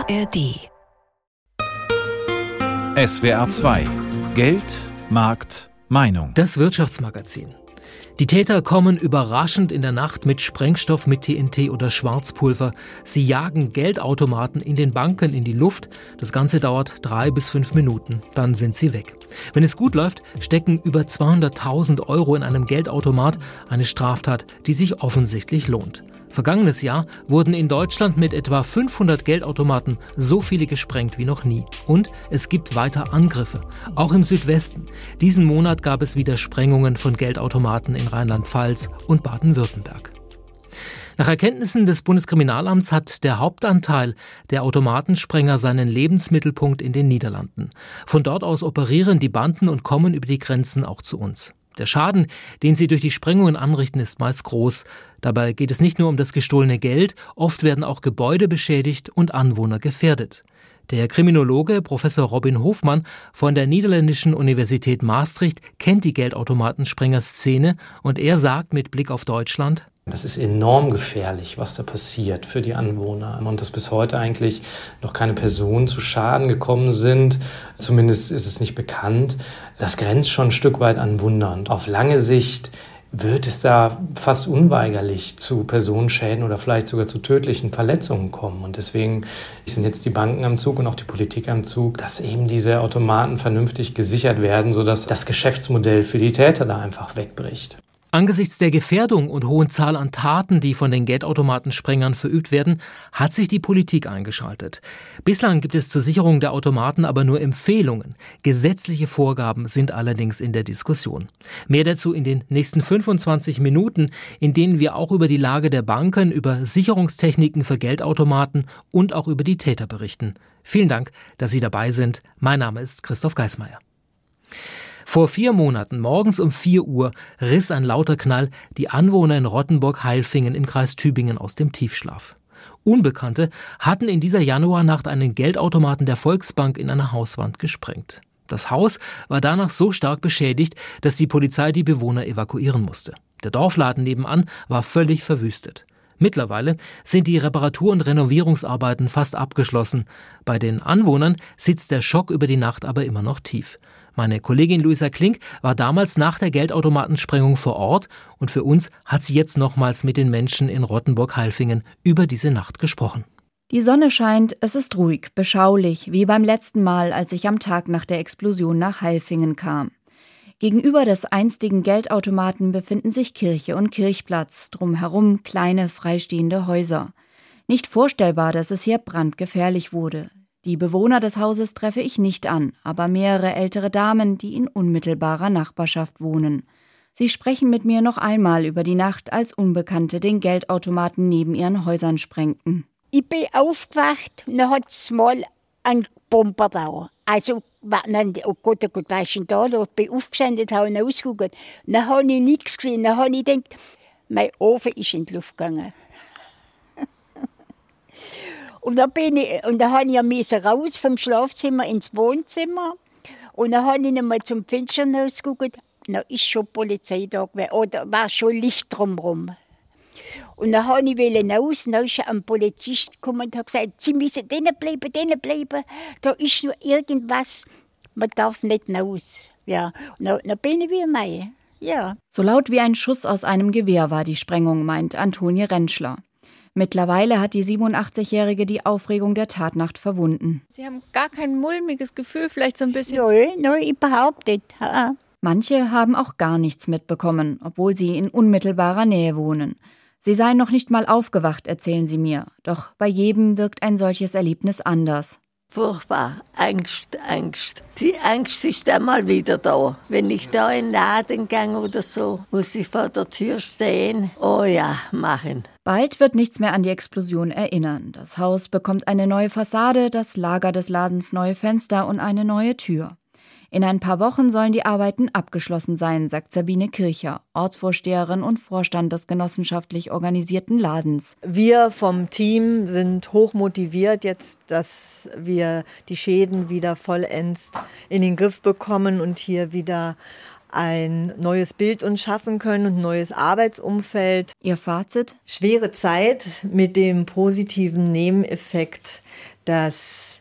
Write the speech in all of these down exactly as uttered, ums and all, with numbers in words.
A R D. S W R zwei. Geld, Markt, Meinung. Das Wirtschaftsmagazin. Die Täter kommen überraschend in der Nacht mit Sprengstoff, mit T N T oder Schwarzpulver. Sie jagen Geldautomaten in den Banken in die Luft. Das Ganze dauert drei bis fünf Minuten. Dann sind sie weg. Wenn es gut läuft, stecken über zweihunderttausend Euro in einem Geldautomat. Eine Straftat, die sich offensichtlich lohnt. Vergangenes Jahr wurden in Deutschland mit etwa fünfhundert Geldautomaten so viele gesprengt wie noch nie. Und es gibt weiter Angriffe, auch im Südwesten. Diesen Monat gab es wieder Sprengungen von Geldautomaten in Rheinland-Pfalz und Baden-Württemberg. Nach Erkenntnissen des Bundeskriminalamts hat der Hauptanteil der Automatensprenger seinen Lebensmittelpunkt in den Niederlanden. Von dort aus operieren die Banden und kommen über die Grenzen auch zu uns. Der Schaden, den sie durch die Sprengungen anrichten, ist meist groß. Dabei geht es nicht nur um das gestohlene Geld, oft werden auch Gebäude beschädigt und Anwohner gefährdet. Der Kriminologe Professor Robin Hofmann von der Niederländischen Universität Maastricht kennt die Geldautomatensprengerszene und er sagt mit Blick auf Deutschland: Das ist enorm gefährlich, was da passiert für die Anwohner. Und dass bis heute eigentlich noch keine Personen zu Schaden gekommen sind, zumindest ist es nicht bekannt, das grenzt schon ein Stück weit an Wunder. Und auf lange Sicht wird es da fast unweigerlich zu Personenschäden oder vielleicht sogar zu tödlichen Verletzungen kommen. Und deswegen sind jetzt die Banken am Zug und auch die Politik am Zug, dass eben diese Automaten vernünftig gesichert werden, sodass das Geschäftsmodell für die Täter da einfach wegbricht. Angesichts der Gefährdung und hohen Zahl an Taten, die von den Geldautomatensprengern verübt werden, hat sich die Politik eingeschaltet. Bislang gibt es zur Sicherung der Automaten aber nur Empfehlungen. Gesetzliche Vorgaben sind allerdings in der Diskussion. Mehr dazu in den nächsten fünfundzwanzig Minuten, in denen wir auch über die Lage der Banken, über Sicherungstechniken für Geldautomaten und auch über die Täter berichten. Vielen Dank, dass Sie dabei sind. Mein Name ist Christoph Geismeier. Vor vier Monaten, morgens um vier Uhr, riss ein lauter Knall die Anwohner in Rottenburg-Heilfingen im Kreis Tübingen aus dem Tiefschlaf. Unbekannte hatten in dieser Januarnacht einen Geldautomaten der Volksbank in einer Hauswand gesprengt. Das Haus war danach so stark beschädigt, dass die Polizei die Bewohner evakuieren musste. Der Dorfladen nebenan war völlig verwüstet. Mittlerweile sind die Reparatur- und Renovierungsarbeiten fast abgeschlossen. Bei den Anwohnern sitzt der Schock über die Nacht aber immer noch tief. Meine Kollegin Luisa Klink war damals nach der Geldautomatensprengung vor Ort und für uns hat sie jetzt nochmals mit den Menschen in Rottenburg-Heilfingen über diese Nacht gesprochen. Die Sonne scheint, es ist ruhig, beschaulich, wie beim letzten Mal, als ich am Tag nach der Explosion nach Heilfingen kam. Gegenüber des einstigen Geldautomaten befinden sich Kirche und Kirchplatz, drumherum kleine freistehende Häuser. Nicht vorstellbar, dass es hier brandgefährlich wurde. Die Bewohner des Hauses treffe ich nicht an, aber mehrere ältere Damen, die in unmittelbarer Nachbarschaft wohnen. Sie sprechen mit mir noch einmal über die Nacht, als Unbekannte den Geldautomaten neben ihren Häusern sprengten. Ich bin aufgewacht und dann hat es mal einen Bomber da. Also, oh Gott, oh Gott, was ist denn da? Ich bin aufgestanden, habe ausgeguckt. Dann habe ich nichts gesehen. Dann habe ich gedacht, mein Ofen ist in die Luft gegangen. Und dann bin ich, und dann habe ich ja raus vom Schlafzimmer ins Wohnzimmer. Und dann habe ich noch mal zum Fenster rausgeguckt. Dann ist schon die Polizei da gewesen. Oder war schon Licht drumherum. Und dann wollte ich raus. Dann ist ein Polizist gekommen und hat gesagt, Sie müssen drinnen bleiben, drinnen bleiben. Da ist nur irgendwas, man darf nicht raus. Ja. Und dann, dann bin ich wieder rein. Ja. So laut wie ein Schuss aus einem Gewehr war die Sprengung, meint Antonie Rentschler. Mittlerweile hat die siebenundachtzigjährige die Aufregung der Tatnacht verwunden. Sie haben gar kein mulmiges Gefühl, vielleicht so ein bisschen? Nein, nein, überhaupt nicht. Ja. Manche haben auch gar nichts mitbekommen, obwohl sie in unmittelbarer Nähe wohnen. Sie seien noch nicht mal aufgewacht, erzählen sie mir. Doch bei jedem wirkt ein solches Erlebnis anders. Furchtbar. Angst, Angst. Die Angst ist einmal wieder da. Wenn ich da in den Laden gehe oder so, muss ich vor der Tür stehen. Oh ja, machen. Bald wird nichts mehr an die Explosion erinnern. Das Haus bekommt eine neue Fassade, das Lager des Ladens neue Fenster und eine neue Tür. In ein paar Wochen sollen die Arbeiten abgeschlossen sein, sagt Sabine Kircher, Ortsvorsteherin und Vorstand des genossenschaftlich organisierten Ladens. Wir vom Team sind hoch motiviert jetzt, dass wir die Schäden wieder vollends in den Griff bekommen und hier wieder ein neues Bild uns schaffen können und ein neues Arbeitsumfeld. Ihr Fazit? Schwere Zeit mit dem positiven Nebeneffekt, dass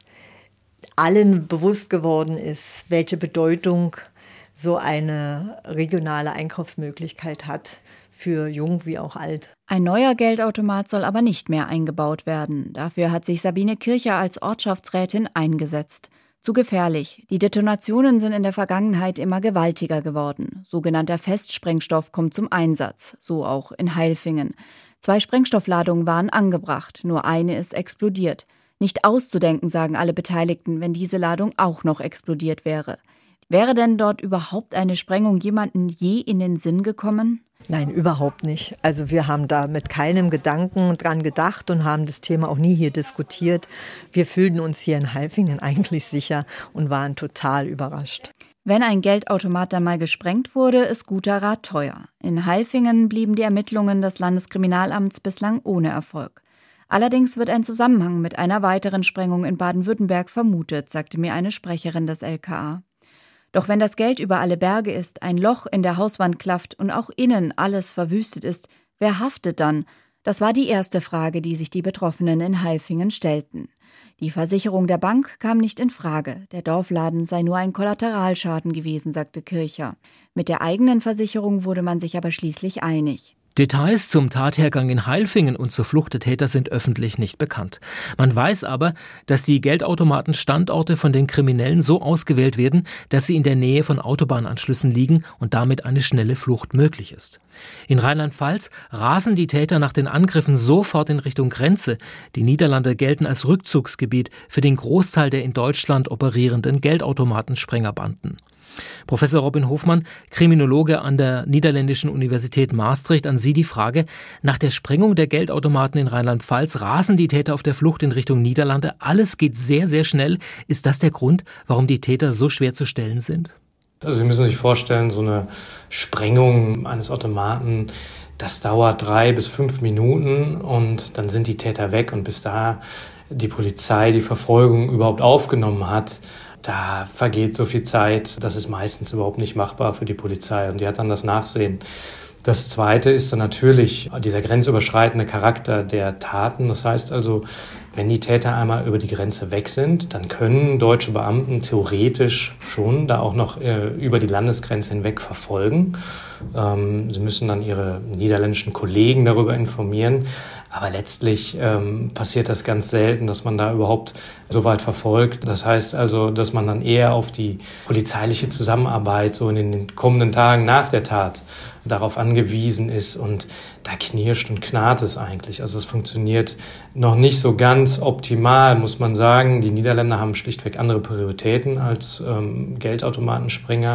allen bewusst geworden ist, welche Bedeutung so eine regionale Einkaufsmöglichkeit hat, für jung wie auch alt. Ein neuer Geldautomat soll aber nicht mehr eingebaut werden. Dafür hat sich Sabine Kircher als Ortschaftsrätin eingesetzt. Zu gefährlich. Die Detonationen sind in der Vergangenheit immer gewaltiger geworden. Sogenannter Festsprengstoff kommt zum Einsatz, so auch in Heilfingen. Zwei Sprengstoffladungen waren angebracht, nur eine ist explodiert. Nicht auszudenken, sagen alle Beteiligten, wenn diese Ladung auch noch explodiert wäre. Wäre denn dort überhaupt eine Sprengung jemandem je in den Sinn gekommen? Nein, überhaupt nicht. Also wir haben da mit keinem Gedanken dran gedacht und haben das Thema auch nie hier diskutiert. Wir fühlten uns hier in Heilfingen eigentlich sicher und waren total überrascht. Wenn ein Geldautomat dann mal gesprengt wurde, ist guter Rat teuer. In Heilfingen blieben die Ermittlungen des Landeskriminalamts bislang ohne Erfolg. Allerdings wird ein Zusammenhang mit einer weiteren Sprengung in Baden-Württemberg vermutet, sagte mir eine Sprecherin des L K A. Doch wenn das Geld über alle Berge ist, ein Loch in der Hauswand klafft und auch innen alles verwüstet ist, wer haftet dann? Das war die erste Frage, die sich die Betroffenen in Heilfingen stellten. Die Versicherung der Bank kam nicht in Frage. Der Dorfladen sei nur ein Kollateralschaden gewesen, sagte Kircher. Mit der eigenen Versicherung wurde man sich aber schließlich einig. Details zum Tathergang in Heilfingen und zur Flucht der Täter sind öffentlich nicht bekannt. Man weiß aber, dass die Geldautomaten-Standorte von den Kriminellen so ausgewählt werden, dass sie in der Nähe von Autobahnanschlüssen liegen und damit eine schnelle Flucht möglich ist. In Rheinland-Pfalz rasen die Täter nach den Angriffen sofort in Richtung Grenze. Die Niederlande gelten als Rückzugsgebiet für den Großteil der in Deutschland operierenden Geldautomaten-Sprengerbanden. Professor Robin Hofmann, Kriminologe an der Niederländischen Universität Maastricht, an Sie die Frage: Nach der Sprengung der Geldautomaten in Rheinland-Pfalz rasen die Täter auf der Flucht in Richtung Niederlande. Alles geht sehr, sehr schnell. Ist das der Grund, warum die Täter so schwer zu stellen sind? Also Sie müssen sich vorstellen, so eine Sprengung eines Automaten, das dauert drei bis fünf Minuten und dann sind die Täter weg. Und bis da die Polizei die Verfolgung überhaupt aufgenommen hat, da vergeht so viel Zeit, das ist meistens überhaupt nicht machbar für die Polizei und die hat dann das Nachsehen. Das Zweite ist dann natürlich dieser grenzüberschreitende Charakter der Taten. Das heißt also, wenn die Täter einmal über die Grenze weg sind, dann können deutsche Beamten theoretisch schon da auch noch äh, über die Landesgrenze hinweg verfolgen. Ähm, sie müssen dann ihre niederländischen Kollegen darüber informieren. Aber letztlich ähm, passiert das ganz selten, dass man da überhaupt so weit verfolgt. Das heißt also, dass man dann eher auf die polizeiliche Zusammenarbeit so in den kommenden Tagen nach der Tat darauf angewiesen ist. Und da knirscht und knarrt es eigentlich. Also es funktioniert noch nicht so ganz optimal, muss man sagen. Die Niederländer haben schlichtweg andere Prioritäten als ähm, Geldautomatenspringer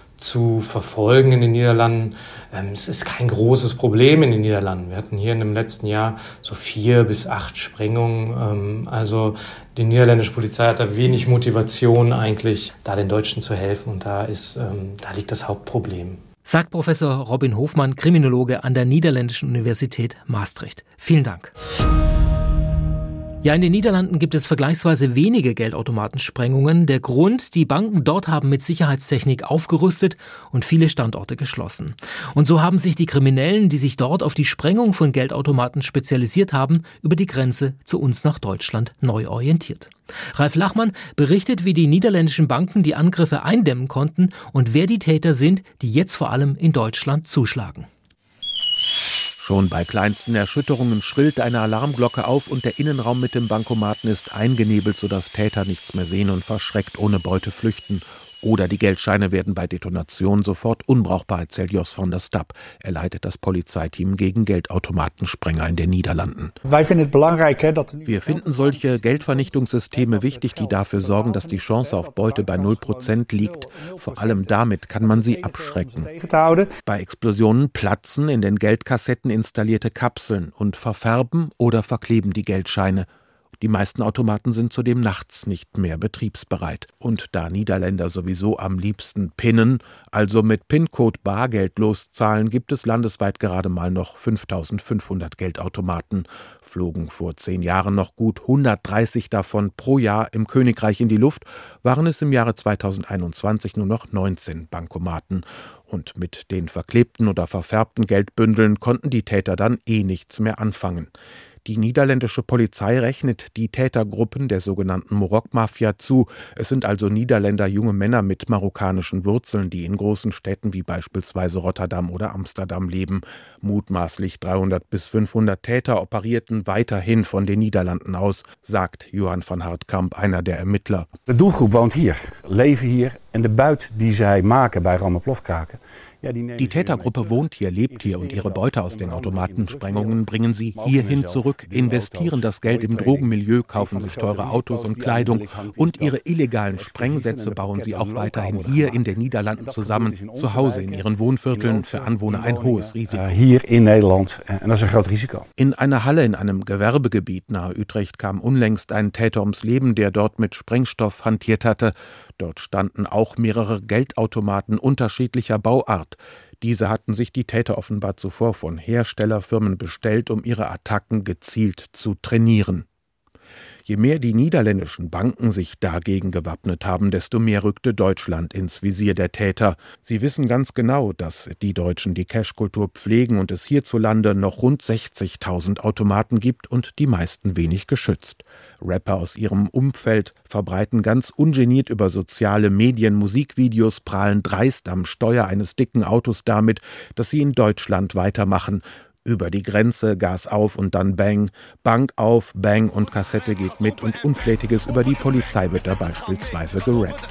zu verfolgen in den Niederlanden. Ähm, es ist kein großes Problem in den Niederlanden. Wir hatten hier in dem letzten Jahr so vier bis acht Sprengungen. Ähm, also die niederländische Polizei hat da wenig Motivation eigentlich, da den Deutschen zu helfen. Und da ist, ähm, da liegt das Hauptproblem. Sagt Professor Robin Hofmann, Kriminologe an der Niederländischen Universität Maastricht. Vielen Dank. Ja, in den Niederlanden gibt es vergleichsweise wenige Geldautomatensprengungen. Der Grund: die Banken dort haben mit Sicherheitstechnik aufgerüstet und viele Standorte geschlossen. Und so haben sich die Kriminellen, die sich dort auf die Sprengung von Geldautomaten spezialisiert haben, über die Grenze zu uns nach Deutschland neu orientiert. Ralf Lachmann berichtet, wie die niederländischen Banken die Angriffe eindämmen konnten und wer die Täter sind, die jetzt vor allem in Deutschland zuschlagen. Schon bei kleinsten Erschütterungen schrillt eine Alarmglocke auf und der Innenraum mit dem Bankomaten ist eingenebelt, sodass Täter nichts mehr sehen und verschreckt ohne Beute flüchten. Oder die Geldscheine werden bei Detonation sofort unbrauchbar, erzählt Jos van der Stap. Er leitet das Polizeiteam gegen Geldautomatensprenger in den Niederlanden. Wir finden solche Geldvernichtungssysteme wichtig, die dafür sorgen, dass die Chance auf Beute bei null Prozent liegt. Vor allem damit kann man sie abschrecken. Bei Explosionen platzen in den Geldkassetten installierte Kapseln und verfärben oder verkleben die Geldscheine. Die meisten Automaten sind zudem nachts nicht mehr betriebsbereit. Und da Niederländer sowieso am liebsten pinnen, also mit PIN-Code bargeldlos zahlen, gibt es landesweit gerade mal noch fünftausendfünfhundert Geldautomaten. Flogen vor zehn Jahren noch gut hundertdreißig davon pro Jahr im Königreich in die Luft, waren es im Jahre zweitausendeinundzwanzig nur noch neunzehn Bankomaten. Und mit den verklebten oder verfärbten Geldbündeln konnten die Täter dann eh nichts mehr anfangen. Die niederländische Polizei rechnet die Tätergruppen der sogenannten Morok-Mafia zu. Es sind also Niederländer, junge Männer mit marokkanischen Wurzeln, die in großen Städten wie beispielsweise Rotterdam oder Amsterdam leben. Mutmaßlich dreihundert bis fünfhundert Täter operierten weiterhin von den Niederlanden aus, sagt Johan van Hartkamp, einer der Ermittler. De doelgroep woont hier, leven hier en de buit die zij maken bij rammenplofkraken. Die Tätergruppe wohnt hier, lebt hier und ihre Beute aus den Automatensprengungen bringen sie hierhin zurück, investieren das Geld im Drogenmilieu, kaufen sich teure Autos und Kleidung und ihre illegalen Sprengsätze bauen sie auch weiterhin hier in den Niederlanden zusammen, zu Hause in ihren Wohnvierteln, für Anwohner ein hohes Risiko. Hier in Nederland, en dat is een groot risico. In einer Halle in einem Gewerbegebiet nahe Utrecht kam unlängst ein Täter ums Leben, der dort mit Sprengstoff hantiert hatte. Dort standen auch mehrere Geldautomaten unterschiedlicher Bauart. Diese hatten sich die Täter offenbar zuvor von Herstellerfirmen bestellt, um ihre Attacken gezielt zu trainieren. Je mehr die niederländischen Banken sich dagegen gewappnet haben, desto mehr rückte Deutschland ins Visier der Täter. Sie wissen ganz genau, dass die Deutschen die Cash-Kultur pflegen und es hierzulande noch rund sechzigtausend Automaten gibt und die meisten wenig geschützt. Rapper aus ihrem Umfeld verbreiten ganz ungeniert über soziale Medien Musikvideos, prahlen dreist am Steuer eines dicken Autos damit, dass sie in Deutschland weitermachen. Über die Grenze, Gas auf und dann Bang, Bank auf, Bang und Kassette geht mit und Unflätiges über die Polizei wird da beispielsweise gerappt.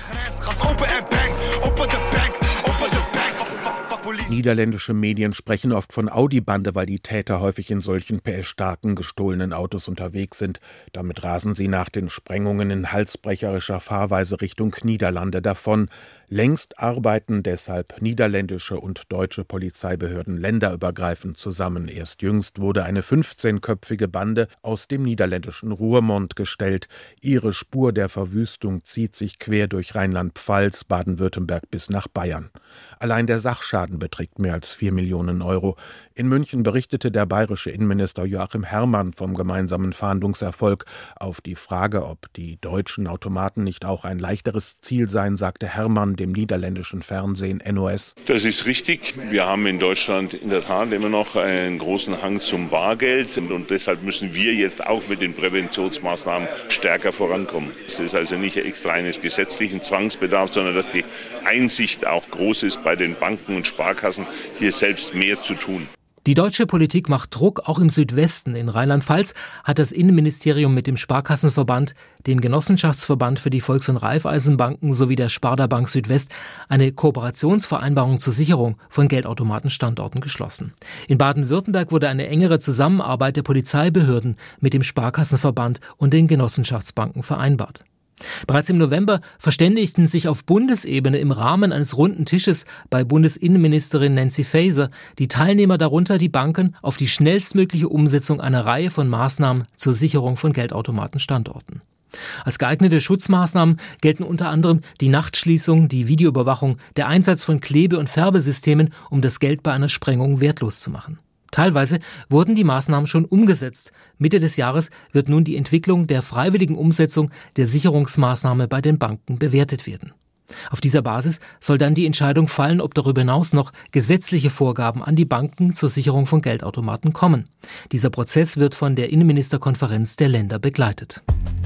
Niederländische Medien sprechen oft von Audi-Bande, weil die Täter häufig in solchen P S-starken, gestohlenen Autos unterwegs sind. Damit rasen sie nach den Sprengungen in halsbrecherischer Fahrweise Richtung Niederlande davon. Längst arbeiten deshalb niederländische und deutsche Polizeibehörden länderübergreifend zusammen. Erst jüngst wurde eine fünfzehnköpfige Bande aus dem niederländischen Roermond gestellt. Ihre Spur der Verwüstung zieht sich quer durch Rheinland-Pfalz, Baden-Württemberg bis nach Bayern. Allein der Sachschaden beträgt mehr als vier Millionen Euro. In München berichtete der bayerische Innenminister Joachim Herrmann vom gemeinsamen Fahndungserfolg. Auf die Frage, ob die deutschen Automaten nicht auch ein leichteres Ziel seien, sagte Herrmann dem niederländischen Fernsehen N O S. Das ist richtig. Wir haben in Deutschland in der Tat immer noch einen großen Hang zum Bargeld und deshalb müssen wir jetzt auch mit den Präventionsmaßnahmen stärker vorankommen. Es ist also nicht extra eines gesetzlichen Zwangsbedarfs, sondern dass die Einsicht auch groß ist bei den Banken und Sparkassen, hier selbst mehr zu tun. Die deutsche Politik macht Druck, auch im Südwesten. In Rheinland-Pfalz hat das Innenministerium mit dem Sparkassenverband, dem Genossenschaftsverband für die Volks- und Raiffeisenbanken sowie der Sparda Bank Südwest eine Kooperationsvereinbarung zur Sicherung von Geldautomatenstandorten geschlossen. In Baden-Württemberg wurde eine engere Zusammenarbeit der Polizeibehörden mit dem Sparkassenverband und den Genossenschaftsbanken vereinbart. Bereits im November verständigten sich auf Bundesebene im Rahmen eines runden Tisches bei Bundesinnenministerin Nancy Faeser die Teilnehmer, darunter die Banken, auf die schnellstmögliche Umsetzung einer Reihe von Maßnahmen zur Sicherung von Geldautomatenstandorten. Als geeignete Schutzmaßnahmen gelten unter anderem die Nachtschließung, die Videoüberwachung, der Einsatz von Klebe- und Färbesystemen, um das Geld bei einer Sprengung wertlos zu machen. Teilweise wurden die Maßnahmen schon umgesetzt. Mitte des Jahres wird nun die Entwicklung der freiwilligen Umsetzung der Sicherungsmaßnahme bei den Banken bewertet werden. Auf dieser Basis soll dann die Entscheidung fallen, ob darüber hinaus noch gesetzliche Vorgaben an die Banken zur Sicherung von Geldautomaten kommen. Dieser Prozess wird von der Innenministerkonferenz der Länder begleitet.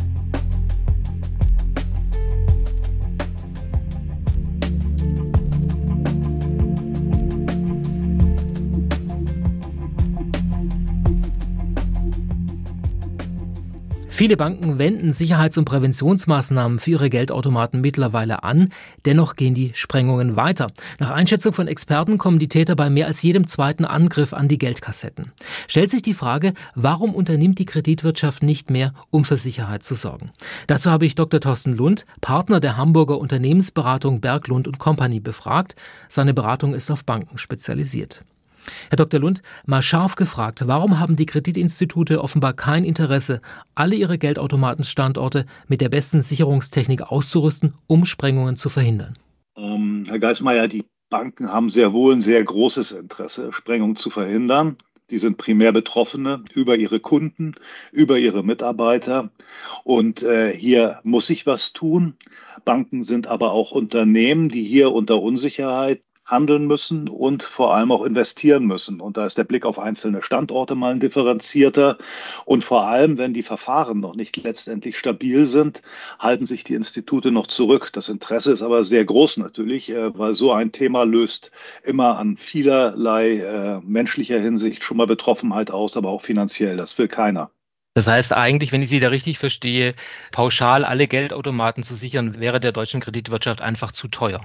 Viele Banken wenden Sicherheits- und Präventionsmaßnahmen für ihre Geldautomaten mittlerweile an. Dennoch gehen die Sprengungen weiter. Nach Einschätzung von Experten kommen die Täter bei mehr als jedem zweiten Angriff an die Geldkassetten. Stellt sich die Frage, warum unternimmt die Kreditwirtschaft nicht mehr, um für Sicherheit zu sorgen? Dazu habe ich Doktor Thorsten Lund, Partner der Hamburger Unternehmensberatung Berg, Lund und Company, befragt. Seine Beratung ist auf Banken spezialisiert. Herr Doktor Lund, mal scharf gefragt, warum haben die Kreditinstitute offenbar kein Interesse, alle ihre Geldautomatenstandorte mit der besten Sicherungstechnik auszurüsten, um Sprengungen zu verhindern? Ähm, Herr Geismeier, die Banken haben sehr wohl ein sehr großes Interesse, Sprengungen zu verhindern. Die sind primär Betroffene über ihre Kunden, über ihre Mitarbeiter. Und äh, hier muss sich was tun. Banken sind aber auch Unternehmen, die hier unter Unsicherheit handeln müssen und vor allem auch investieren müssen. Und da ist der Blick auf einzelne Standorte mal ein differenzierter. Und vor allem, wenn die Verfahren noch nicht letztendlich stabil sind, halten sich die Institute noch zurück. Das Interesse ist aber sehr groß natürlich, weil so ein Thema löst immer an vielerlei äh, menschlicher Hinsicht schon mal Betroffenheit aus, aber auch finanziell. Das will keiner. Das heißt eigentlich, wenn ich Sie da richtig verstehe, pauschal alle Geldautomaten zu sichern, wäre der deutschen Kreditwirtschaft einfach zu teuer.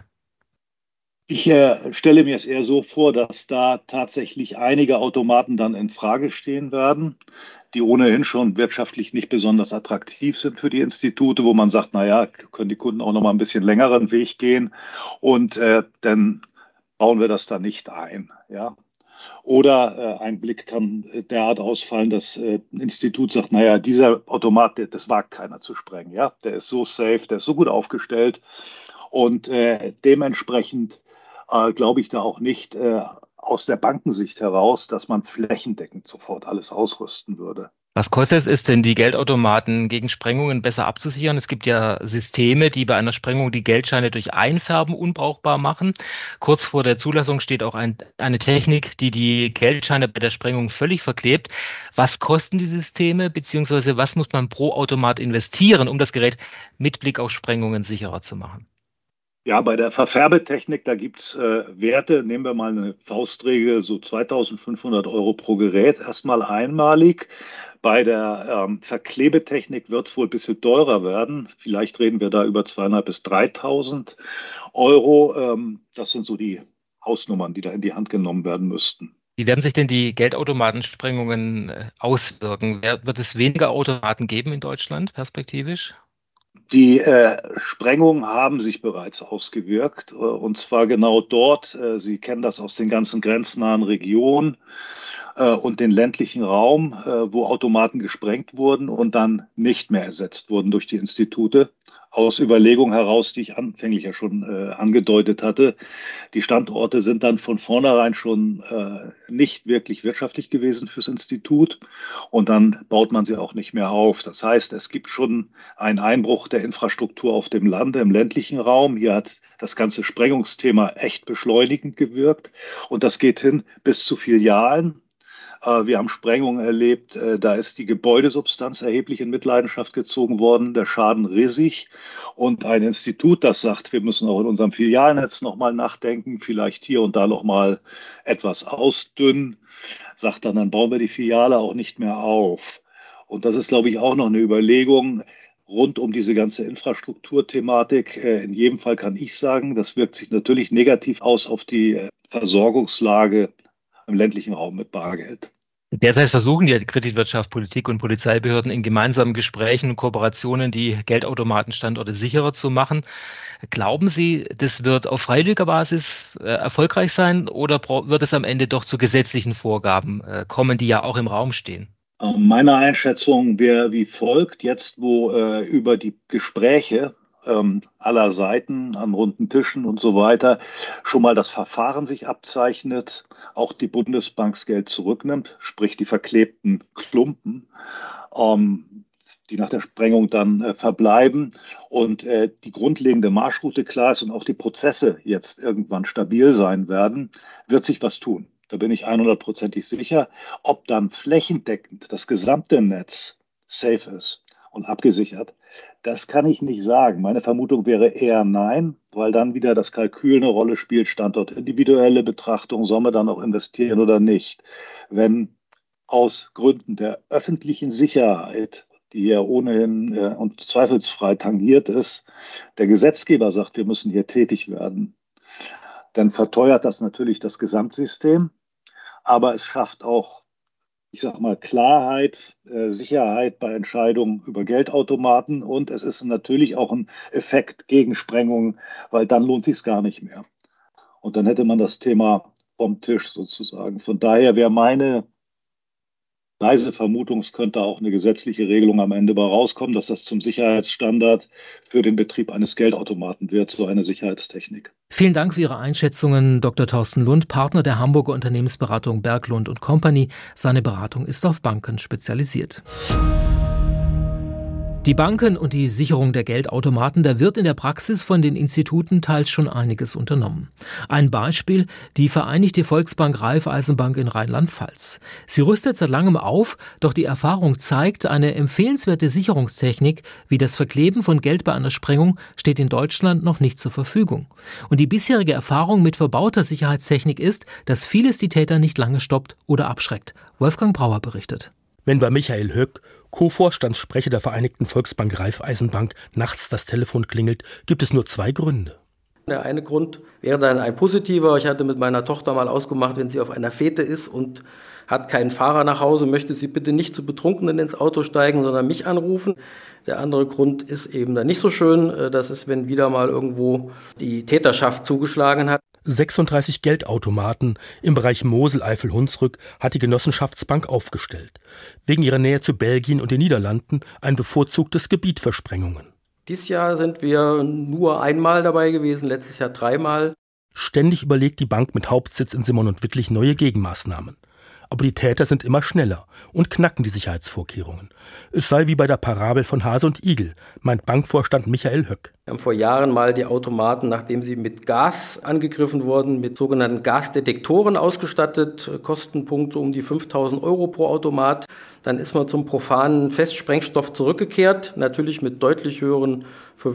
Ich äh, stelle mir es eher so vor, dass da tatsächlich einige Automaten dann in Frage stehen werden, die ohnehin schon wirtschaftlich nicht besonders attraktiv sind für die Institute, wo man sagt, naja, können die Kunden auch noch mal ein bisschen längeren Weg gehen und äh, dann bauen wir das da nicht ein. Ja. Oder äh, ein Blick kann derart ausfallen, dass äh, ein Institut sagt, naja, dieser Automat, der, das wagt keiner zu sprengen. Ja? Der ist so safe, der ist so gut aufgestellt und äh, dementsprechend äh, glaube ich da auch nicht äh, aus der Bankensicht heraus, dass man flächendeckend sofort alles ausrüsten würde. Was kostet es denn, die Geldautomaten gegen Sprengungen besser abzusichern? Es gibt ja Systeme, die bei einer Sprengung die Geldscheine durch Einfärben unbrauchbar machen. Kurz vor der Zulassung steht auch ein, eine Technik, die die Geldscheine bei der Sprengung völlig verklebt. Was kosten die Systeme, beziehungsweise was muss man pro Automat investieren, um das Gerät mit Blick auf Sprengungen sicherer zu machen? Ja, bei der Verfärbetechnik, da gibt's äh, Werte, nehmen wir mal eine Faustregel, so zweitausendfünfhundert Euro pro Gerät, erstmal einmalig. Bei der ähm, Verklebetechnik wird es wohl ein bisschen teurer werden. Vielleicht reden wir da über zweitausendfünfhundert bis dreitausend Euro. Ähm, das sind so die Hausnummern, die da in die Hand genommen werden müssten. Wie werden sich denn die Geldautomatensprengungen äh, auswirken? Wird es weniger Automaten geben in Deutschland perspektivisch? Die äh, Sprengungen haben sich bereits ausgewirkt, äh, und zwar genau dort. Äh, Sie kennen das aus den ganzen grenznahen Regionen äh, und den ländlichen Raum, äh, wo Automaten gesprengt wurden und dann nicht mehr ersetzt wurden durch die Institute. Aus Überlegungen heraus, die ich anfänglich ja schon äh, angedeutet hatte. Die Standorte sind dann von vornherein schon äh, nicht wirklich wirtschaftlich gewesen fürs Institut und dann baut man sie auch nicht mehr auf. Das heißt, es gibt schon einen Einbruch der Infrastruktur auf dem Lande, im ländlichen Raum. Hier hat das ganze Sprengungsthema echt beschleunigend gewirkt und das geht hin bis zu Filialen. Wir haben Sprengungen erlebt, da ist die Gebäudesubstanz erheblich in Mitleidenschaft gezogen worden, der Schaden riesig. Und ein Institut, das sagt, wir müssen auch in unserem Filialnetz nochmal nachdenken, vielleicht hier und da nochmal etwas ausdünnen, sagt dann, dann bauen wir die Filiale auch nicht mehr auf. Und das ist, glaube ich, auch noch eine Überlegung rund um diese ganze Infrastrukturthematik. In jedem Fall kann ich sagen, das wirkt sich natürlich negativ aus auf die Versorgungslage im ländlichen Raum mit Bargeld. Derzeit versuchen die Kreditwirtschaft, Politik und Polizeibehörden in gemeinsamen Gesprächen und Kooperationen die Geldautomatenstandorte sicherer zu machen. Glauben Sie, das wird auf freiwilliger Basis äh, erfolgreich sein oder wird es am Ende doch zu gesetzlichen Vorgaben äh, kommen, die ja auch im Raum stehen? Meine Einschätzung wäre wie folgt, jetzt wo äh, über die Gespräche ähm, aller Seiten an runden Tischen und so weiter schon mal das Verfahren sich abzeichnet, auch die Bundesbank das Geld zurücknimmt, sprich die verklebten Klumpen, ähm, die nach der Sprengung dann äh, verbleiben und äh, die grundlegende Marschroute klar ist und auch die Prozesse jetzt irgendwann stabil sein werden, wird sich was tun. Da bin ich hundertprozentig sicher. Ob dann flächendeckend das gesamte Netz safe ist und abgesichert, das kann ich nicht sagen. Meine Vermutung wäre eher nein, weil dann wieder das Kalkül eine Rolle spielt, Standort individuelle Betrachtung, soll man dann auch investieren oder nicht. Wenn aus Gründen der öffentlichen Sicherheit, die ja ohnehin äh, und zweifelsfrei tangiert ist, der Gesetzgeber sagt, wir müssen hier tätig werden, dann verteuert das natürlich das Gesamtsystem, aber es schafft auch, ich sag mal, Klarheit, äh, Sicherheit bei Entscheidungen über Geldautomaten und es ist natürlich auch ein Effekt gegen Sprengungen, weil dann lohnt sich es gar nicht mehr. Und dann hätte man das Thema vom Tisch sozusagen. Von daher wäre meine leise Vermutung, es könnte auch eine gesetzliche Regelung am Ende bei rauskommen, dass das zum Sicherheitsstandard für den Betrieb eines Geldautomaten wird, so eine Sicherheitstechnik. Vielen Dank für Ihre Einschätzungen, Doktor Thorsten Lund, Partner der Hamburger Unternehmensberatung Berglund und Company. Seine Beratung ist auf Banken spezialisiert. Die Banken und die Sicherung der Geldautomaten, da wird in der Praxis von den Instituten teils schon einiges unternommen. Ein Beispiel, die Vereinigte Volksbank Raiffeisenbank in Rheinland-Pfalz. Sie rüstet seit langem auf, doch die Erfahrung zeigt, eine empfehlenswerte Sicherungstechnik wie das Verkleben von Geld bei einer Sprengung steht in Deutschland noch nicht zur Verfügung. Und die bisherige Erfahrung mit verbauter Sicherheitstechnik ist, dass vieles die Täter nicht lange stoppt oder abschreckt. Wolfgang Brauer berichtet. Wenn bei Michael Höck, Co-Vorstandssprecher der Vereinigten Volksbank Raiffeisenbank, nachts das Telefon klingelt, gibt es nur zwei Gründe. Der eine Grund wäre dann ein positiver. Ich hatte mit meiner Tochter mal ausgemacht, wenn sie auf einer Fete ist und hat keinen Fahrer nach Hause, möchte sie bitte nicht zu Betrunkenen ins Auto steigen, sondern mich anrufen. Der andere Grund ist eben dann nicht so schön. Das ist, wenn wieder mal irgendwo die Täterschaft zugeschlagen hat. sechsunddreißig Geldautomaten im Bereich Mosel-Eifel-Hunsrück hat die Genossenschaftsbank aufgestellt. Wegen ihrer Nähe zu Belgien und den Niederlanden ein bevorzugtes Gebiet für Sprengungen. Dieses Jahr sind wir nur einmal dabei gewesen, letztes Jahr dreimal. Ständig überlegt die Bank mit Hauptsitz in Simmern und Wittlich neue Gegenmaßnahmen. Aber die Täter sind immer schneller und knacken die Sicherheitsvorkehrungen. Es sei wie bei der Parabel von Hase und Igel, meint Bankvorstand Michael Höck. Wir haben vor Jahren mal die Automaten, nachdem sie mit Gas angegriffen wurden, mit sogenannten Gasdetektoren ausgestattet. Kostenpunkte um die fünftausend Euro pro Automat. Dann ist man zum profanen Festsprengstoff zurückgekehrt, natürlich mit deutlich höheren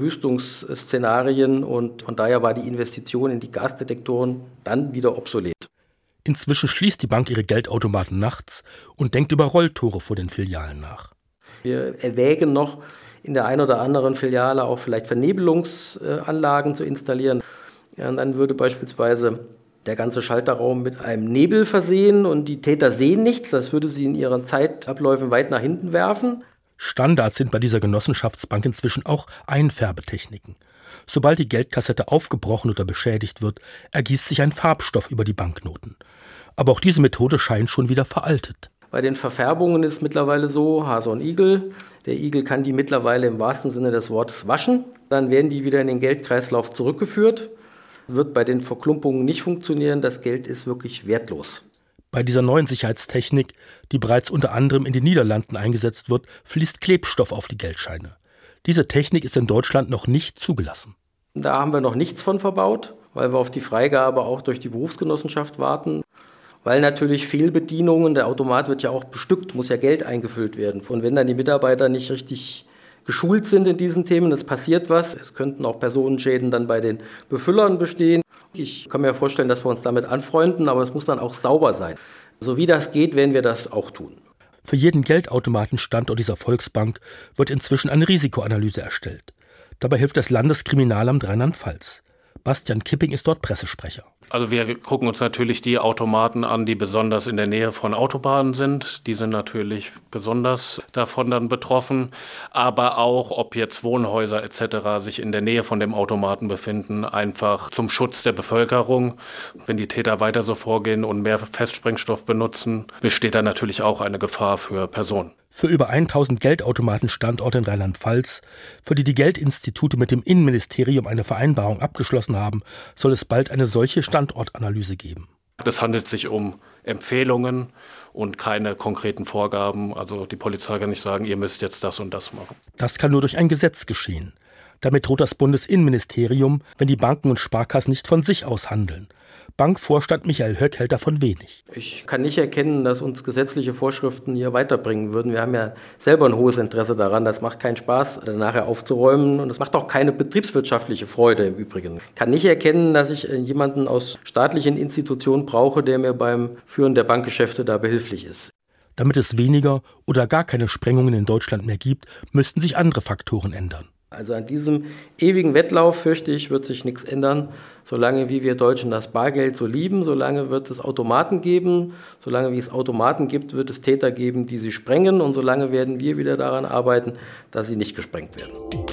Verwüstungsszenarien. Und von daher war die Investition in die Gasdetektoren dann wieder obsolet. Inzwischen schließt die Bank ihre Geldautomaten nachts und denkt über Rolltore vor den Filialen nach. Wir erwägen noch, in der einen oder anderen Filiale auch vielleicht Vernebelungsanlagen zu installieren. Ja, und dann würde beispielsweise der ganze Schalterraum mit einem Nebel versehen und die Täter sehen nichts. Das würde sie in ihren Zeitabläufen weit nach hinten werfen. Standard sind bei dieser Genossenschaftsbank inzwischen auch Einfärbetechniken. Sobald die Geldkassette aufgebrochen oder beschädigt wird, ergießt sich ein Farbstoff über die Banknoten. Aber auch diese Methode scheint schon wieder veraltet. Bei den Verfärbungen ist es mittlerweile so, Hase und Igel. Der Igel kann die mittlerweile im wahrsten Sinne des Wortes waschen. Dann werden die wieder in den Geldkreislauf zurückgeführt. Wird bei den Verklumpungen nicht funktionieren. Das Geld ist wirklich wertlos. Bei dieser neuen Sicherheitstechnik, die bereits unter anderem in den Niederlanden eingesetzt wird, fließt Klebstoff auf die Geldscheine. Diese Technik ist in Deutschland noch nicht zugelassen. Da haben wir noch nichts von verbaut, weil wir auf die Freigabe auch durch die Berufsgenossenschaft warten. Weil natürlich Fehlbedienungen, der Automat wird ja auch bestückt, muss ja Geld eingefüllt werden. Und wenn dann die Mitarbeiter nicht richtig geschult sind in diesen Themen, es passiert was, es könnten auch Personenschäden dann bei den Befüllern bestehen. Ich kann mir vorstellen, dass wir uns damit anfreunden, aber es muss dann auch sauber sein. So wie das geht, werden wir das auch tun. Für jeden Geldautomatenstandort dieser Volksbank wird inzwischen eine Risikoanalyse erstellt. Dabei hilft das Landeskriminalamt Rheinland-Pfalz. Bastian Kipping ist dort Pressesprecher. Also wir gucken uns natürlich die Automaten an, die besonders in der Nähe von Autobahnen sind. Die sind natürlich besonders davon dann betroffen. Aber auch, ob jetzt Wohnhäuser et cetera sich in der Nähe von dem Automaten befinden, einfach zum Schutz der Bevölkerung. Wenn die Täter weiter so vorgehen und mehr Festsprengstoff benutzen, besteht da natürlich auch eine Gefahr für Personen. Für über tausend Geldautomatenstandorte in Rheinland-Pfalz, für die die Geldinstitute mit dem Innenministerium eine Vereinbarung abgeschlossen haben, soll es bald eine solche Standortanalyse geben. Es handelt sich um Empfehlungen und keine konkreten Vorgaben. Also die Polizei kann nicht sagen, ihr müsst jetzt das und das machen. Das kann nur durch ein Gesetz geschehen. Damit droht das Bundesinnenministerium, wenn die Banken und Sparkassen nicht von sich aus handeln. Bankvorstand Michael Höck hält davon wenig. Ich kann nicht erkennen, dass uns gesetzliche Vorschriften hier weiterbringen würden. Wir haben ja selber ein hohes Interesse daran. Das macht keinen Spaß, nachher aufzuräumen. Und es macht auch keine betriebswirtschaftliche Freude im Übrigen. Ich kann nicht erkennen, dass ich jemanden aus staatlichen Institutionen brauche, der mir beim Führen der Bankgeschäfte da behilflich ist. Damit es weniger oder gar keine Sprengungen in Deutschland mehr gibt, müssten sich andere Faktoren ändern. Also an diesem ewigen Wettlauf, fürchte ich, wird sich nichts ändern. Solange wie wir Deutschen das Bargeld so lieben, solange wird es Automaten geben. Solange wie es Automaten gibt, wird es Täter geben, die sie sprengen. Und solange werden wir wieder daran arbeiten, dass sie nicht gesprengt werden.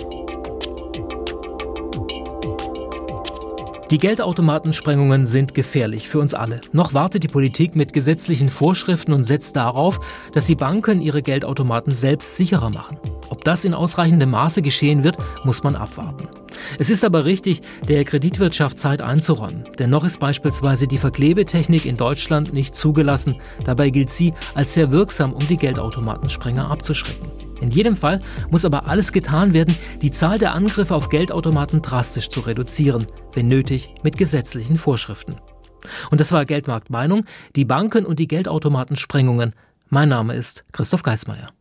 Die Geldautomatensprengungen sind gefährlich für uns alle. Noch wartet die Politik mit gesetzlichen Vorschriften und setzt darauf, dass die Banken ihre Geldautomaten selbst sicherer machen. Ob das in ausreichendem Maße geschehen wird, muss man abwarten. Es ist aber richtig, der Kreditwirtschaft Zeit einzuräumen. Denn noch ist beispielsweise die Verklebetechnik in Deutschland nicht zugelassen. Dabei gilt sie als sehr wirksam, um die Geldautomatensprenger abzuschrecken. In jedem Fall muss aber alles getan werden, die Zahl der Angriffe auf Geldautomaten drastisch zu reduzieren, wenn nötig mit gesetzlichen Vorschriften. Und das war Geldmarkt Meinung, die Banken und die Geldautomatensprengungen. Mein Name ist Christoph Geismeier.